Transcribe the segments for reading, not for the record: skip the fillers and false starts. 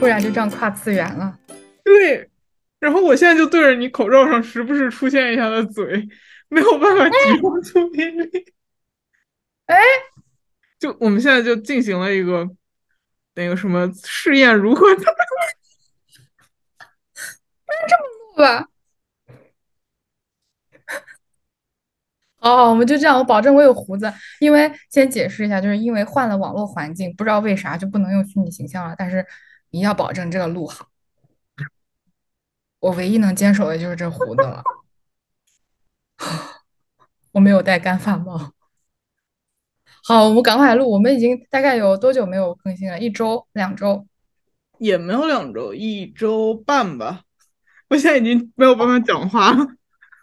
突然就这样跨次元了。 对，然后我现在就对着你口罩上时不时出现一下的嘴，没有办法集中注意力。 哎， 就我们现在就进行了一个那个什么试验，如何的？ 不吧，好，我们就这样，我保证我有胡子。因为先解释一下，就是因为换了网络环境，不知道为啥就不能用虚拟形象了。但是你要保证这个录好，我唯一能坚守的就是这胡子了。我没有戴干发帽。好，我们赶快录。我们已经大概有多久没有更新了？1周、2周？ 也没有2周，1周半吧。我现在已经没有办法讲话了。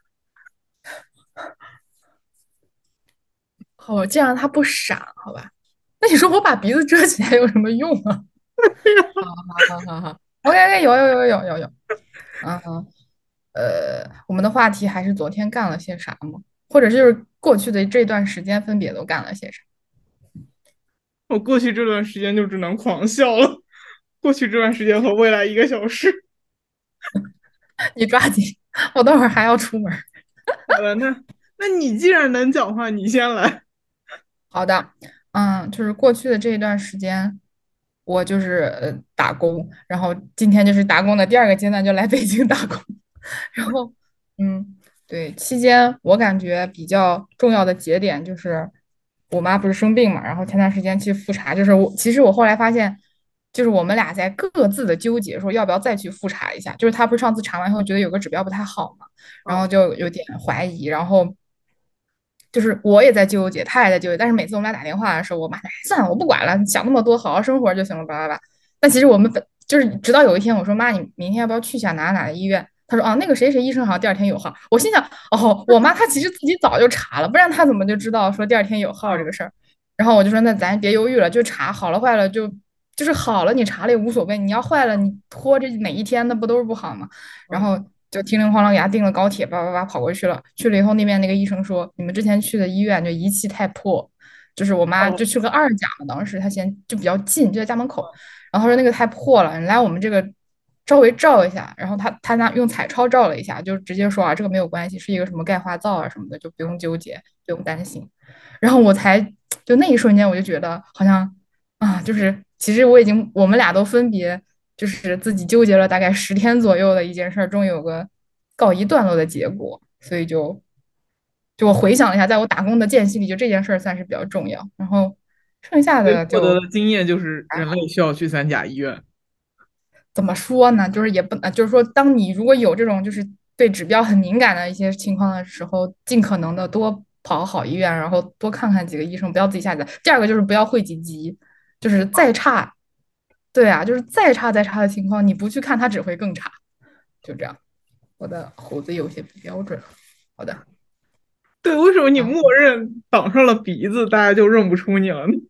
好，这样他不傻，好吧？那你说我把鼻子遮起来有什么用啊？好好好，OK，有，嗯，我们的话题还是昨天干了些啥吗？或者就是过去的这段时间分别都干了些啥？ 我过去这段时间就只能狂笑了。过去这段时间和未来1个小时。 你抓紧，我等会儿还要出门。 好的，那你既然能讲话，你先来。 好的，就是过去的这一段时间，我就是打工，然后今天就是打工的第二个阶段，就来北京打工。然后对，期间我感觉比较重要的节点就是我妈不是生病嘛，然后前段时间去复查，就是其实我后来发现，就是我们俩在各自的纠结，说要不要再去复查一下。就是她不是上次查完以后觉得有个指标不太好嘛，然后哦就有点怀疑，然后就是我也在纠结，她也在纠结，但是每次我们俩打电话的时候，我妈说哎算了，我不管了，你想那么多，好好生活就行了，巴拉巴拉。但其实我们就是直到有一天，我说妈，你明天要不要去一下哪的医院？她说哦，那个谁谁医生好像第二天有号。我心想哦，我妈她其实自己早就查了，不然她怎么就知道说第二天有号这哦个事儿？然后我就说那咱别犹豫了，就查好了坏了就是好了，你查了也无所谓，你要坏了你拖着哪一天那不都是不好吗？然哦后就叮铃哐啷给他订了高铁，叭叭叭跑过去了。去了以后，那边那个医生说，你们之前去的医院就仪器太破，就是我妈就哦去个2甲嘛，当时她先就比较近，就在家门口，然后他说那个太破了，你来我们这个稍微照一下。然后他拿用彩超照了一下，就直接说啊这个没有关系，是一个什么钙化灶啊什么的，就不用纠结，不用担心。然后我才就那一瞬间我就觉得好像就是其实我们俩都分别就是自己纠结了大概10天左右的一件事儿，终于有个告一段落的结果。所以就我回想了一下，在我打工的间隙里，就这件事儿算是比较重要。然后剩下对，获得的就的经验就是还好。 人类需要去3甲医院。 怎么说呢？就是也不能，就是说，当你如果有这种就是对指标很敏感的一些情况的时候，尽可能的多跑好医院，然后多看看几个医生，不要自己吓自己。第二个就是不要讳疾忌医，就是再差，对啊，就是再差的情况，你不去看，它只会更差。就这样，我的胡子有些不标准。好的， 对，为什么你啊， 默认挡上了鼻子，大家就认不出你了呢？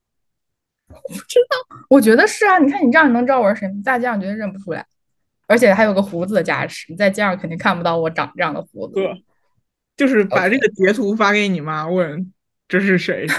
我觉得是啊，你看你这样，你能知道我是谁吗？大街上绝对认不出来，而且还有个胡子的加持，你在街上肯定看不到我长这样的胡子。 呵，就是把这 OK， 个截图发给你妈，问这是谁？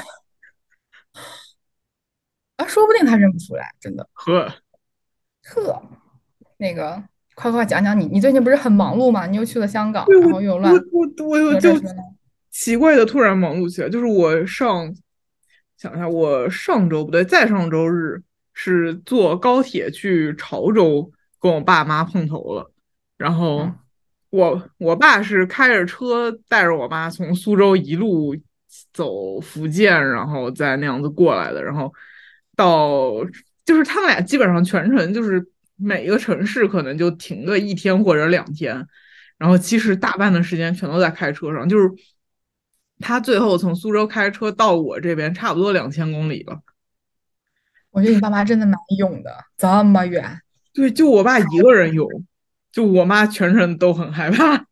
说不定他认不出来，真的。 呵， 呵，那个，快快讲讲你最近不是很忙碌吗？你又去了香港， 对，我然后又乱我就说这说那。 奇怪的突然忙碌起来，就是想一下，我上周不对，再上周日是坐高铁去潮州跟我爸妈碰头了。然后嗯， 我爸是开着车带着我妈从苏州一路走福建，然后再那样子过来的。然后到就是他们俩基本上全程就是每一个城市可能就停个1天或者2天，然后其实大半的时间全都在开车上。就是他最后从苏州开车到我这边差不多2000公里了。 我觉得你爸妈真的蛮勇的，这么远。 对，就我爸一个人有，就我妈全程都很害怕。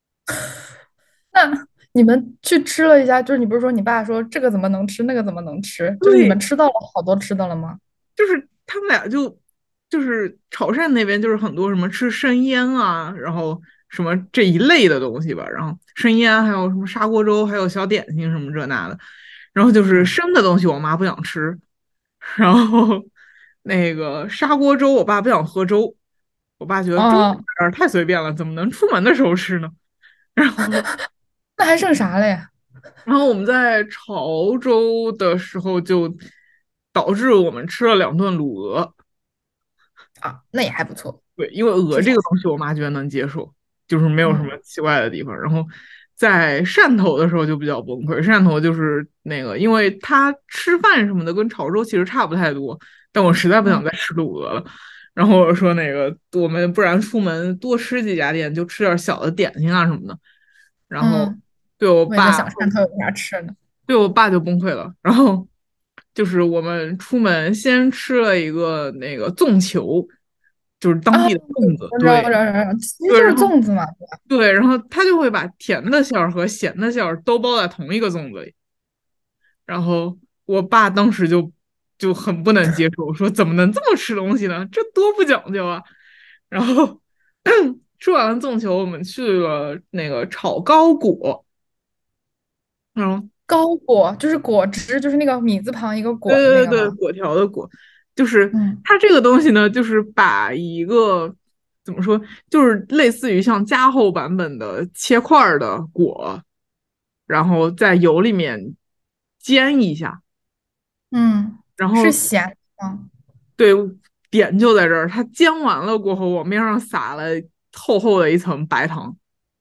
那你们去吃了一下，就是你不是说你爸说这个怎么能吃，那个怎么能吃？就是你们对， 吃到了好多吃的了吗？ 就是他们俩就是潮汕那边就是很多什么吃生腌啊，然后什么这一类的东西吧，然后生腌还有什么砂锅粥，还有小点心什么这那的。然后就是嗯， 生的东西我妈不想吃，然后那个砂锅粥，我爸不想喝粥，我爸觉得粥有哦， 点儿太随便了，怎么能出门的时候吃呢？然后， 那还剩啥了呀？ 然后我们在潮州的时候就导致我们吃了2顿卤鹅。 啊，那也还不错， 对，因为鹅至少这个东西我妈觉得能接受，就是没有什嗯么奇怪的地方。然后在汕头的时候就比较崩溃，汕头就是那个，因为他吃饭什么的跟潮州其实差不太多，但我实在不想嗯再吃卤鹅了。然后我说那个我们不然出门多吃几家店，就吃点小的点心啊什么的。然后嗯， 对我爸我也在想汕头有啥吃的。 就崩溃了。然后就是我们出门先吃了一个那个粽球，就是当啊， 地的粽子， 我知道，我知对。 道，我知道其实对， 就是然后粽子嘛。 对，然后他就会把甜的馅儿和咸的馅儿都包在同一个粽子里，然后我爸当时就很不能接受，说怎么能这么吃东西呢？这多不讲究啊！然后吃完了粽球，我们去了那个炒糕果，然后糕果就是果汁，就是那个米字旁一个果的对对对， 那个吗？ 果条的果，就是嗯， 它这个东西呢，就是把一个怎么说，就是类似于像加厚版本的切块儿的果，然后在油里面煎一下， 嗯， 然后是咸的吗？ 对，点就在这儿，它煎完了过后，往面上撒了厚厚的一层白糖。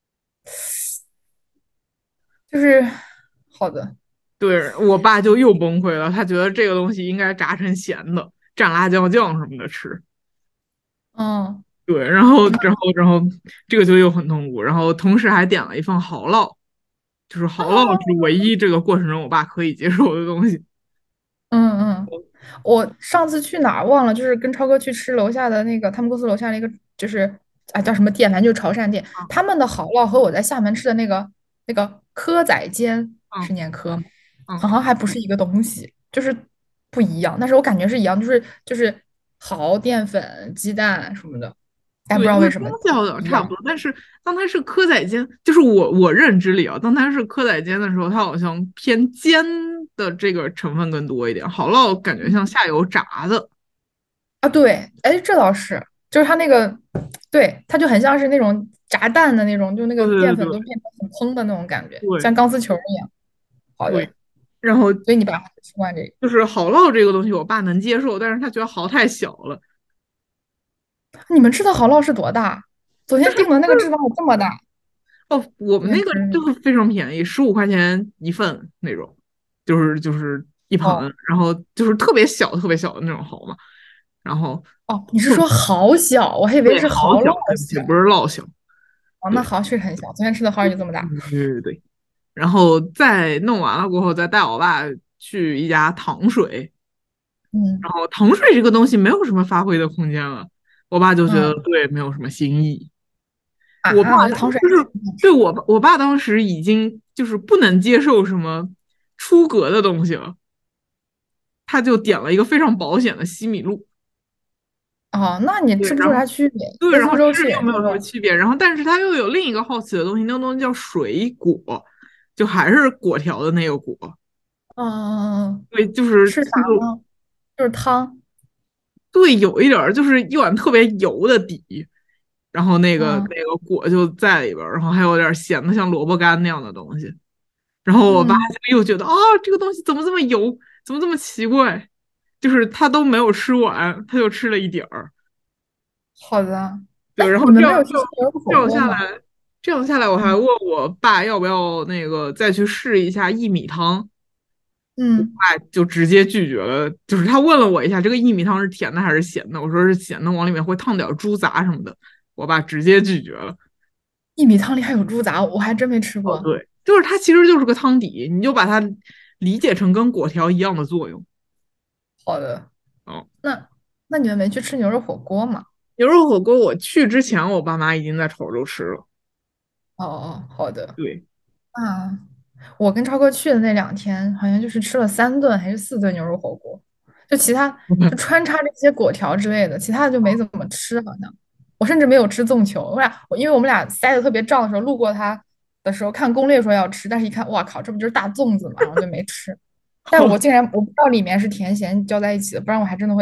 就是好的。 对，我爸就又崩溃了，他觉得这个东西应该炸成咸的，蘸辣椒酱什么的吃。 嗯， 对，然后这个就又很痛苦，然后同时还点了一份蚝烙，就是蚝烙是唯一这个过程中我爸可以接受的东西。 嗯嗯，我上次去哪儿忘了，就是跟超哥去吃楼下的那个他们公司楼下的一个，就是啊叫什么店，反正就是潮汕店。他们的蚝烙和我在厦门吃的那个蚵仔煎是嗯念蚵吗？好嗯， 像还不是一个东西，就是不一样。但是我感觉是一样，就是蚝、淀粉、鸡蛋什么的，但不对，就是东知道为什么西好像一样。 差不多，但是当它是蚵仔煎，就是我认知里啊，当它是蚵仔煎的时候，它好像偏煎的这个成分更多一点，蚝烙感觉像下油炸的。 啊，对，哎，这倒是，就是它那个，对，它就很像是那种炸蛋的那种，就那个对对淀粉都对变得很蓬的那种感觉， 对像钢丝球一样。好对， 的， 然后所以你爸还吃惯这个？ 就是蚝烙这个东西，我爸能接受，但是他觉得蚝太小了。 你们吃的蚝烙是多大？昨天订的那个翅膀有这么大。 哦，我们那个昨天吃的那个， 就是非常便宜，15块钱一份那种，就是一哦盘，然后就是特别小特别小的那种蚝嘛，然后哦，你是说好小？我还以为对， 是蚝烙好小，对不起， 小。 不是烙小， 哦，那对蚝确实很小，昨天吃的蚝也就这么大。 对对对，然后再弄完了过后，再带我爸去一家糖水，然嗯后糖水这个东西没有什么发挥的空间了，我爸就觉得嗯对，没有什么新意。我爸啊，我觉得糖水还就是挺好吃。 对我爸当时已经就是不能接受什么出格的东西了，他就点了一个非常保险的西米露。 哦，那你对， 吃不出然后啥区别， 对，然后跟苏州吃吃又没有什么也是个。 区别，然后但是他又有另一个好奇的东西，那个东西叫水果，就还是果条的那个果。 嗯嗯嗯， 对，就是是啥就呢？就是汤。 对，有一点儿就是一碗特别油的底，然后那个嗯那个果就在里边儿，然后还有点咸的像萝卜干那样的东西。然后我爸嗯， 就又觉得啊，这个东西怎么这么油，怎么这么奇怪？就是他都没有吃完，他就吃了一点儿。 好的。 对，然后你们没有去吃牛肉这火锅吗？ 样下来，这样下来，我还问嗯我爸要不要那个再去试一下薏米汤，我嗯， 爸就直接拒绝了。就是他问了我一下，这个薏米汤是甜的还是咸的？我说是咸的，往里面会烫点猪杂什么的。我爸直接拒绝了。 薏米汤里还有猪杂，我还真没吃哦， 过。 对，就是它其实就是个汤底，你就把它理解成跟果条一样的作用。 好的， 哦， 那你们没去吃牛肉火锅吗？ 牛肉火锅我去之前，我爸妈已经在潮州吃了。 哦哦，好的。 对， 啊，我跟超哥去的那2天，好像就是吃了3顿还是4顿牛肉火锅，就其他就穿插这些果条之类的，其他的就没怎么吃，好像我甚至没有吃粽球。因为我们俩塞的特别胀的时候，路过它的时候看攻略说要吃，但是一看，哇靠，这不就是大粽子嘛，然后就没吃。但我竟然我不知道里面是甜咸交在一起的，不然我还真的会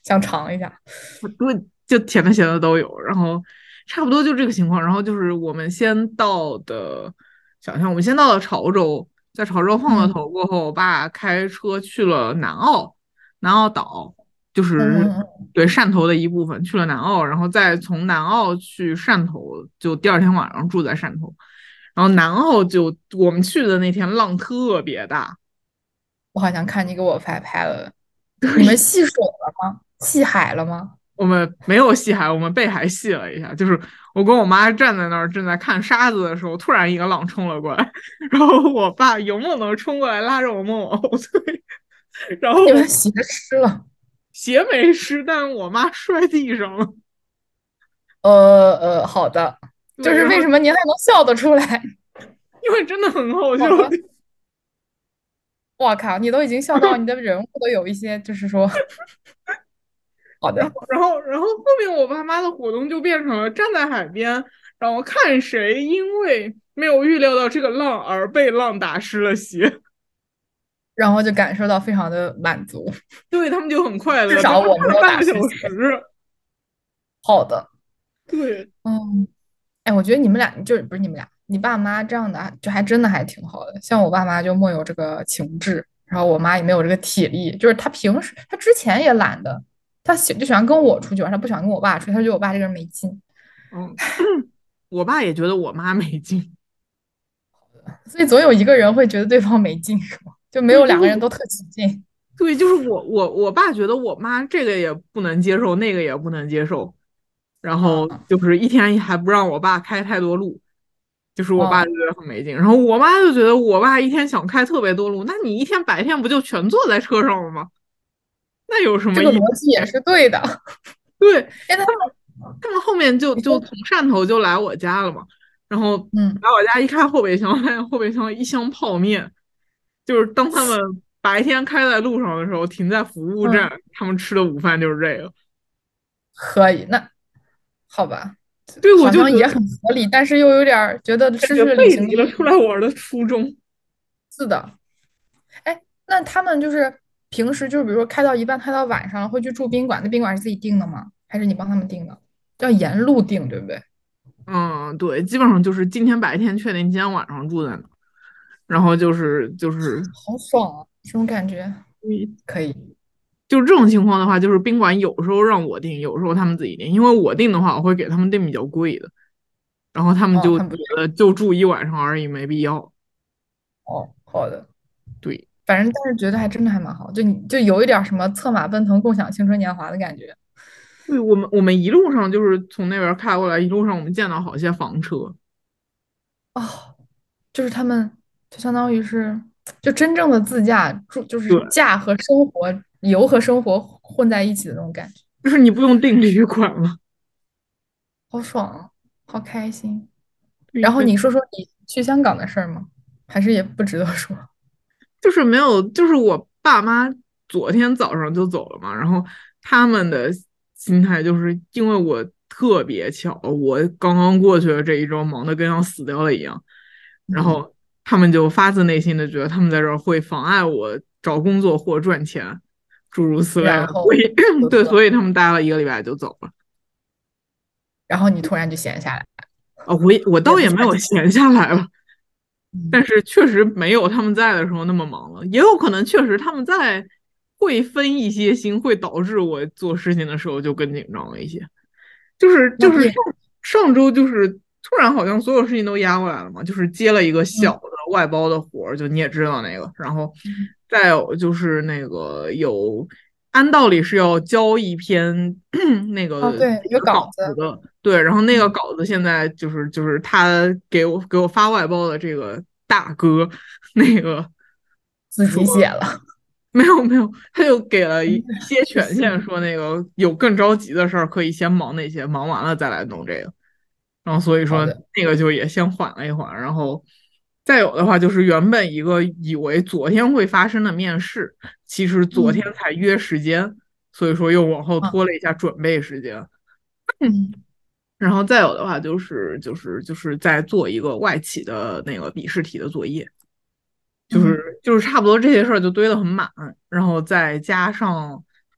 想尝一下。 对，就甜的咸的都有，然后差不多就这个情况。然后就是我们先到的，想想我们先到了潮州，在潮州晃了嗯头过后，我爸开车去了南澳，南澳岛，就是嗯嗯， 对汕头的一部分，去了南澳，然后再从南澳去汕头，就第二天晚上住在汕头。然后南澳就我们去的那天浪特别大， 我好像看你给我拍了，你们对， 戏水了吗？戏海了吗？ 我们没有戏海，我们被海戏了一下。就是我跟我妈站在那儿正在看沙子的时候，突然一个浪冲了过来，然后我爸勇猛的冲过来拉着我们往后退，然后我你们鞋湿了？ 鞋没湿，但我妈摔地上了。 好的，就对，然后是为什么您还能笑得出来？ 因为真的很好笑， 好的，我靠，你都已经笑到你的人物都有一些，就是说，好的， 然后后面我爸妈的活动就变成了站在海边，然后看谁因为没有预料到这个浪而被浪打湿了鞋。 然后就感受到非常的满足， 对他们就很快乐，等了至少我没有大概半个小打湿鞋。 时。 好的， 对， 嗯，哎，我觉得你们俩就是不是你们俩，你爸妈这样的啊就还真的还挺好的。像我爸妈就没有这个情志，然后我妈也没有这个体力，就是她平时她之前也懒得，她就喜欢跟我出去玩，她不喜欢跟我爸出去，她觉得我爸这个人没劲， 嗯，我爸也觉得我妈没劲。 所以总有一个人会觉得对方没劲，是吗？就没对， 有就是两个人都特起劲对，就是我爸觉得我妈这个也不能接受，那个也不能接受，然后啊就是一天还不让我爸开太多路，就是我爸啊， 就觉得很没劲，然后我妈就觉得我爸一天想开特别多路，那你一天白天不就全坐在车上了吗？那有什么意思？ 这个逻辑也是对的。 对， 哎，那他们后面就从汕头就来我家了嘛，然后嗯， 来我家一开后备箱，发现后备箱一箱泡面，就是当他们白天开在路上的时候，停在服务站， 嗯， 他们吃的午饭就是这个。 可以，那好吧， 对，我好像也很就觉得合理，但是又有点儿觉得失去了旅感觉背行的意义。 离了出来玩的初衷。 是的，哎，那他们就是平时就是比如说开到一半，开到晚上了，会去住宾馆，那宾馆是自己订的吗？还是你帮他们订的？要沿路订，对不对？ 嗯，对，基本上就是今天白天确定今天晚上住在哪，然后就是好爽啊，这种感觉嗯可以。 就这种情况的话，就是宾馆有时候让我订，有时候他们自己订，因为我订的话，我会给他们订比较贵的。然后他们哦， 就觉很不错。 得就住一晚上而已，没必要。 哦，好的。 对， 反正但是觉得还真的还蛮好，就你就有一点儿什么策马奔腾、共享青春年华的感觉。 对我们一路上就是从那边开过来，一路上我们见到好些房车。 哦，就是他们就相当于是就真正的自驾住，就是对， 驾和生活、游和生活混在一起的那种感觉， 就是你不用订旅馆了。 好爽啊，好开心。 对， 然后你说说你去香港的事儿吗？还是也不值得说？ 就是没有，就是我爸妈昨天早上就走了嘛，然后他们的心态就是因为我特别巧，我刚刚过去的这一周忙得跟要死掉了一样，然嗯， 后他们就发自内心的觉得他们在这儿会妨碍我找工作或赚钱，诸如此类的， 然后所以对， 就说， 所以他们待了一个礼拜就走了。 然后你突然就闲下来， 啊，我倒也没也不算是， 有闲下来了，但嗯是确实没有他们在的时候那么忙了，也有可能确实他们在会分一些心，会导致我做事情的时候就更紧张了一些。就是那不也， 上周就是突然好像所有事情都压过来了嘛，就是接了一个小嗯的外包的活儿，就你也知道那个，然后嗯， 再有就是那个按道理是要交一篇那哦， 个对，一个稿稿子子， 的，对，然后那个嗯， 稿子现在就是他给我发外包的这个大哥，那个自己写了， 没有，他就给了一些不权限， 信， 说那个有更着急的事儿可以先忙那些，忙完了再来弄这个。然后所以说好的， 那个就也先缓了一缓，然后再有的话就是原本一个以为昨天会发生的面试，其实昨天嗯才约时间，所以说又往后啊拖了一下准备时间。 嗯然后再有的话就是在做一个外企的那个笔试题的作业，就嗯是就是差不多这些事儿就堆得很满，然后再加上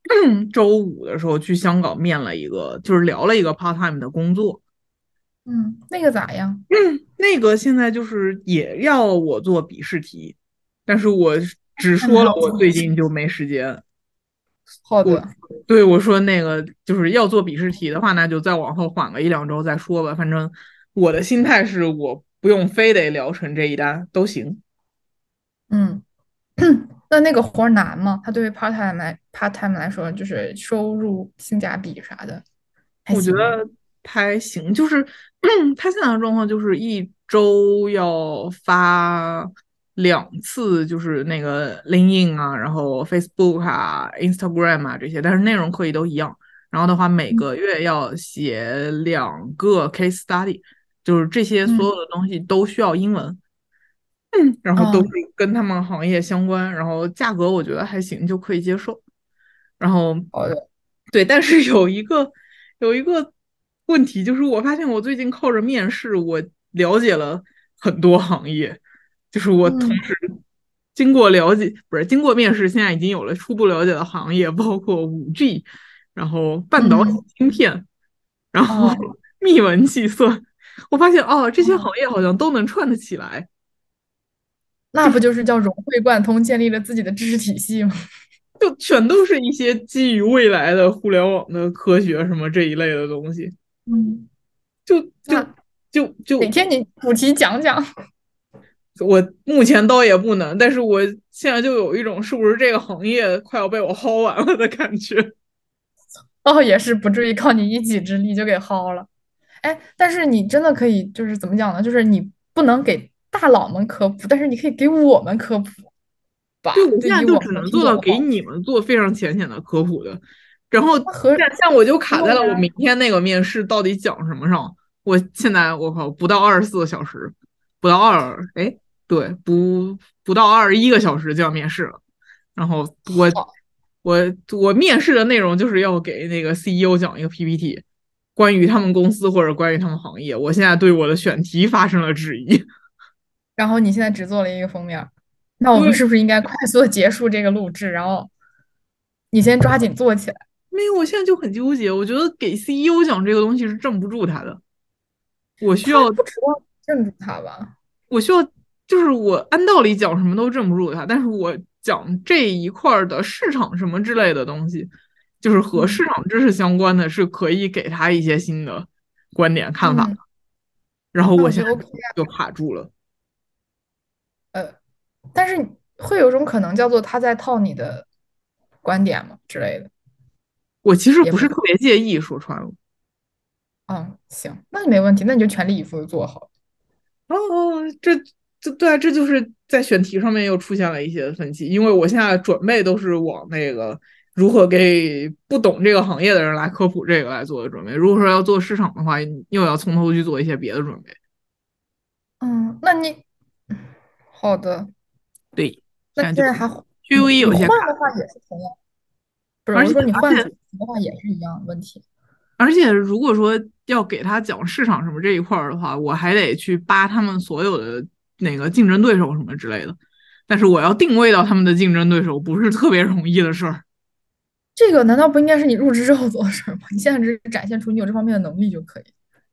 周五的时候去香港面了一个，就是聊了一个 part time 的工作。 嗯，那个咋样？ 那个现在就是也要我做笔试题，但是我只那你还要说了我做笔试？ 最近就没时间。我好的。 对我说那个就是要做笔试题的话，那就再往后缓个1、2周再说吧。反正我的心态是我不用非得聊成这一单都行。 嗯，那个活儿难吗？它对于 part time 来说，就是收入性价比啥的还行吗？ 我觉得还行，就是他现在的状况就是1周要发2次，就是那个 LinkedIn 啊，然后 Facebook 啊、Instagram 啊这些，但是内容可以都一样。然后的话，每嗯个月要写2个 case study，就是这些所嗯。 有的东西都需要英文，然后都是哦。 跟他们行业相关，然后价格我觉得还行，就可以接受。然后好的。 对，但是有一个问题，就是我发现我最近靠着面试，我了解了很多行业，就是我同嗯时经过了解，不是经过面试，现在已经有了初步了解的行业，包括5G，然后半导体嗯。 芯片，然后哦密文计算，我发现哦，这些行哦， 业好像都能串得起来。 那不就是叫融会贯通，建立了自己的知识体系吗？ 就全都是一些基于未来的互联网的科学什么这一类的东西， 嗯， 就就那哪就天你主题讲讲？ 我目前倒也不能，但是我现在就有一种是不是这个行业快要被我薅完了的感觉。 哦，也是不至于靠你一己之力就给薅了。哎，但是你真的可以，就是怎么讲呢？就是你不能给大佬们科普，但是你可以给我们科普对， 吧， 我现在对以我们的就只能听众的好。 做到给你们做非常浅显的科普的，然后那何像我就卡在了我不用呀？ 明天那个面试到底讲什么上。我现在我靠，不到24个小时，不到哎，对，不到21个小时就要面试了。然后好。 我我面试的内容就是要给那个 CEO 讲一个 PPT，关于他们公司或者关于他们行业。我现在对我的选题发生了质疑。 然后你现在只做了一个封面儿，那我们对， 是不是应该快速的结束这个录制，然后你先抓紧做起来？ 没有，我现在就很纠结。我觉得给 CEO 讲这个东西是镇不住他的。我需他要， 不指望镇住他吧？ 我需要，就是我按道理讲什么都镇不住他，但是我讲这一块的市场什么之类的东西，就是和市嗯场知识相关的，是可以给他一些新的观点看法的。 嗯， 然后那我觉得我现在 OK 啊。 就卡住了。 呃，但是会有种可能叫做他在套你的观点嘛之类的， 我其实也不会。 不是特别介意，说穿了。 嗯，行，那就没问题，那你就全力以赴的做好。 哦，这对啊，这就是在选题上面又出现了一些分歧，因为我现在准备都是往那个如何给不懂这个行业的人来科普这个来做的准备。如果说要做市场的话，又要从头去做一些别的准备。 嗯，那你好的， 对， 那现在就现在还你 QE 你有些卡， 换的话也是同样，不是而且我说你而且换主题的话也是一样的问题。 而且，如果说要给他讲市场什么这一块儿的话，我还得去扒他们所有的那个竞争对手什么之类的。但是我要定位到他们的竞争对手，不是特别容易的事儿。 这个难道不应该是你入职之后做的事儿吗？你现在只是展现出你有这方面的能力就可以。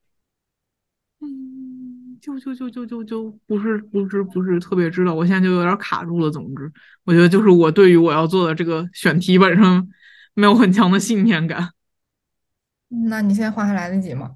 就不是特别知道，我现在就有点卡住了。总之，我觉得就是我对于我要做的这个选题本身没有很强的信念感， 那你现在换还来得及吗？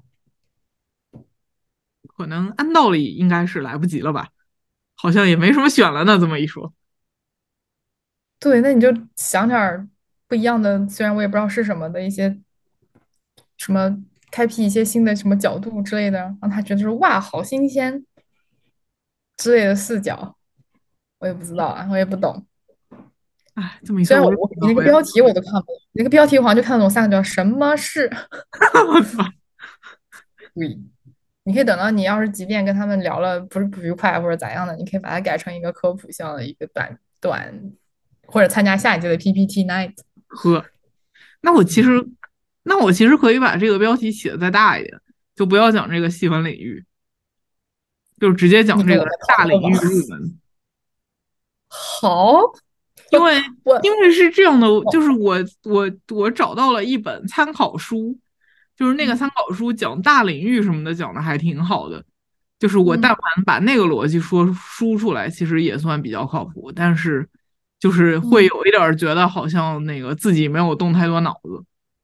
可能按道理应该是来不及了吧，好像也没什么选了呢。这么一说， 对，那你就想点儿不一样的，虽然我也不知道是什么的一些什么，开辟一些新的什么角度之类的，让他觉得说哇，好新鲜之类的视角。我也不知道啊，我也不懂。 哎，这么一说， 虽然我我也不我你那个知道我也， 标题我都看不懂，那个标题我好像就看得懂3个字，叫什么是？ 我操， 对，你可以等到你要是即便跟他们聊了不愉快或者咋样的，你可以把它改成一个科普项的一个短，或者参加下一届的 PPT night。 呵，那我其实，那我其实可以把这个标题写的再大一点，就不要讲这个细分领域，就直接讲这个你跟我在讨论吗？ 大领域入门。 好， 因为我是这样的，就哦是我找到了一本参考书，就是那个参嗯考书讲大领域什么的讲的还挺好的，就是我但嗯凡把那个逻辑输出来，其实也算比较靠谱，但是就是会嗯有一点儿觉得好像那个自己没有动太多脑子，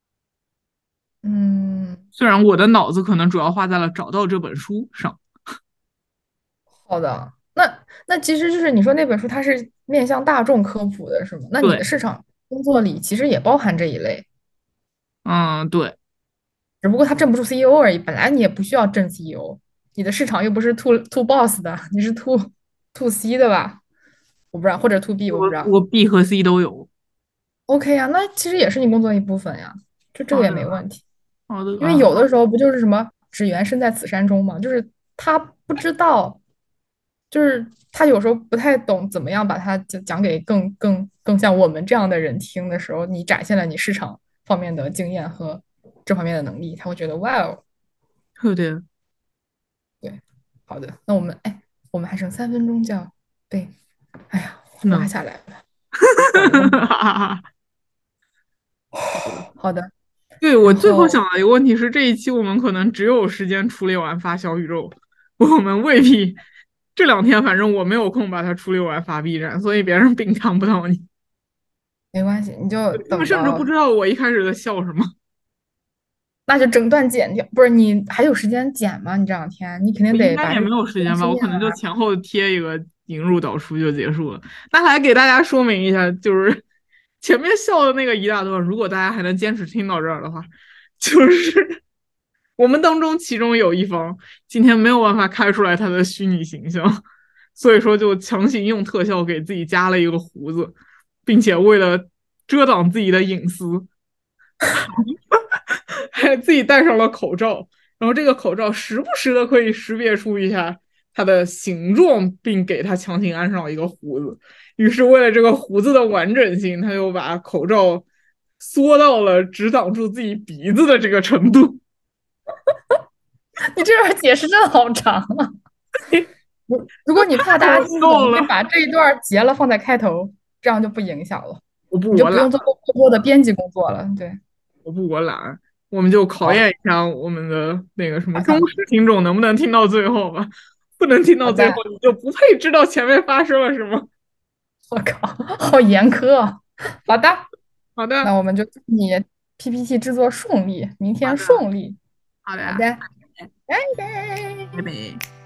嗯， 虽然我的脑子可能主要花在了找到这本书上。 好的。那其实就是你说那本书它是面向大众科普的，是吗？那你的对， 市场工作里其实也包含这一类， 嗯，对， 只不过他镇不住 CEO 而已。本来你也不需要镇 CEO，你的市场又不是 to boss 的，你是 to C 的吧？我不知道，或者 to B，我不知道。 我 B 和 C 都有。 OK 啊，那其实也是你工作的一部分呀，就这个也好的， 没问题。 好的啊， 因为有的时候不就是什么只缘身在此山中嘛，就是他不知道，就是他有时候不太懂怎么样把它讲给更像我们这样的人听的时候，你展现了你市场方面的经验和这方面的能力，他会觉得哇哦， 好的， 对，好的，那我们还剩3分钟就要对，哎呀，拉那， 下来了，好的，好的， 对，我最后然后想的一个问题是，这一期我们可能只有时间处理完发小宇宙，我们未必这2天，反正我没有空把它处理完发 B 站，所以别人并看不到你， 没关系，你就他们甚至不等到知道我一开始在笑什么。 那就整段剪掉，不是你还有时间剪吗？你这2天你肯定我应该也没得把这个有时间吧，我可能就练完。 前后贴一个引入导出就结束了。那来给大家说明一下，就是前面笑的那个一大段，如果大家还能坚持听到这儿的话，就是我们当中其中有一方今天没有办法开出来他的虚拟形象，所以说就强行用特效给自己加了一个胡子，并且为了遮挡自己的隐私，还自己戴上了口罩，然后这个口罩时不时的可以识别出一下它的形状，并给它强行安上一个胡子。于是为了这个胡子的完整性，他就把口罩缩到了只挡住自己鼻子的这个程度。 你这段解释真的好长啊！如果你怕大好家听不懂，你可以笑了！ 把这一段截了放在开头，这样就不影响了， 我不， 你就不用做我懒， 过多的编辑工作了。对， 我不，我懒。我们就考好， 验一下我们的那个什么忠好的， 实听众能不能听到最后吧。不能听到最后， 好的， 你就不配知道前面发生了什么。 我靠，好严苛啊！好的， 好的， 那我们就祝你 PPT 制作顺利，明天好的， 顺利。 好的， 好的，拜拜。 拜拜。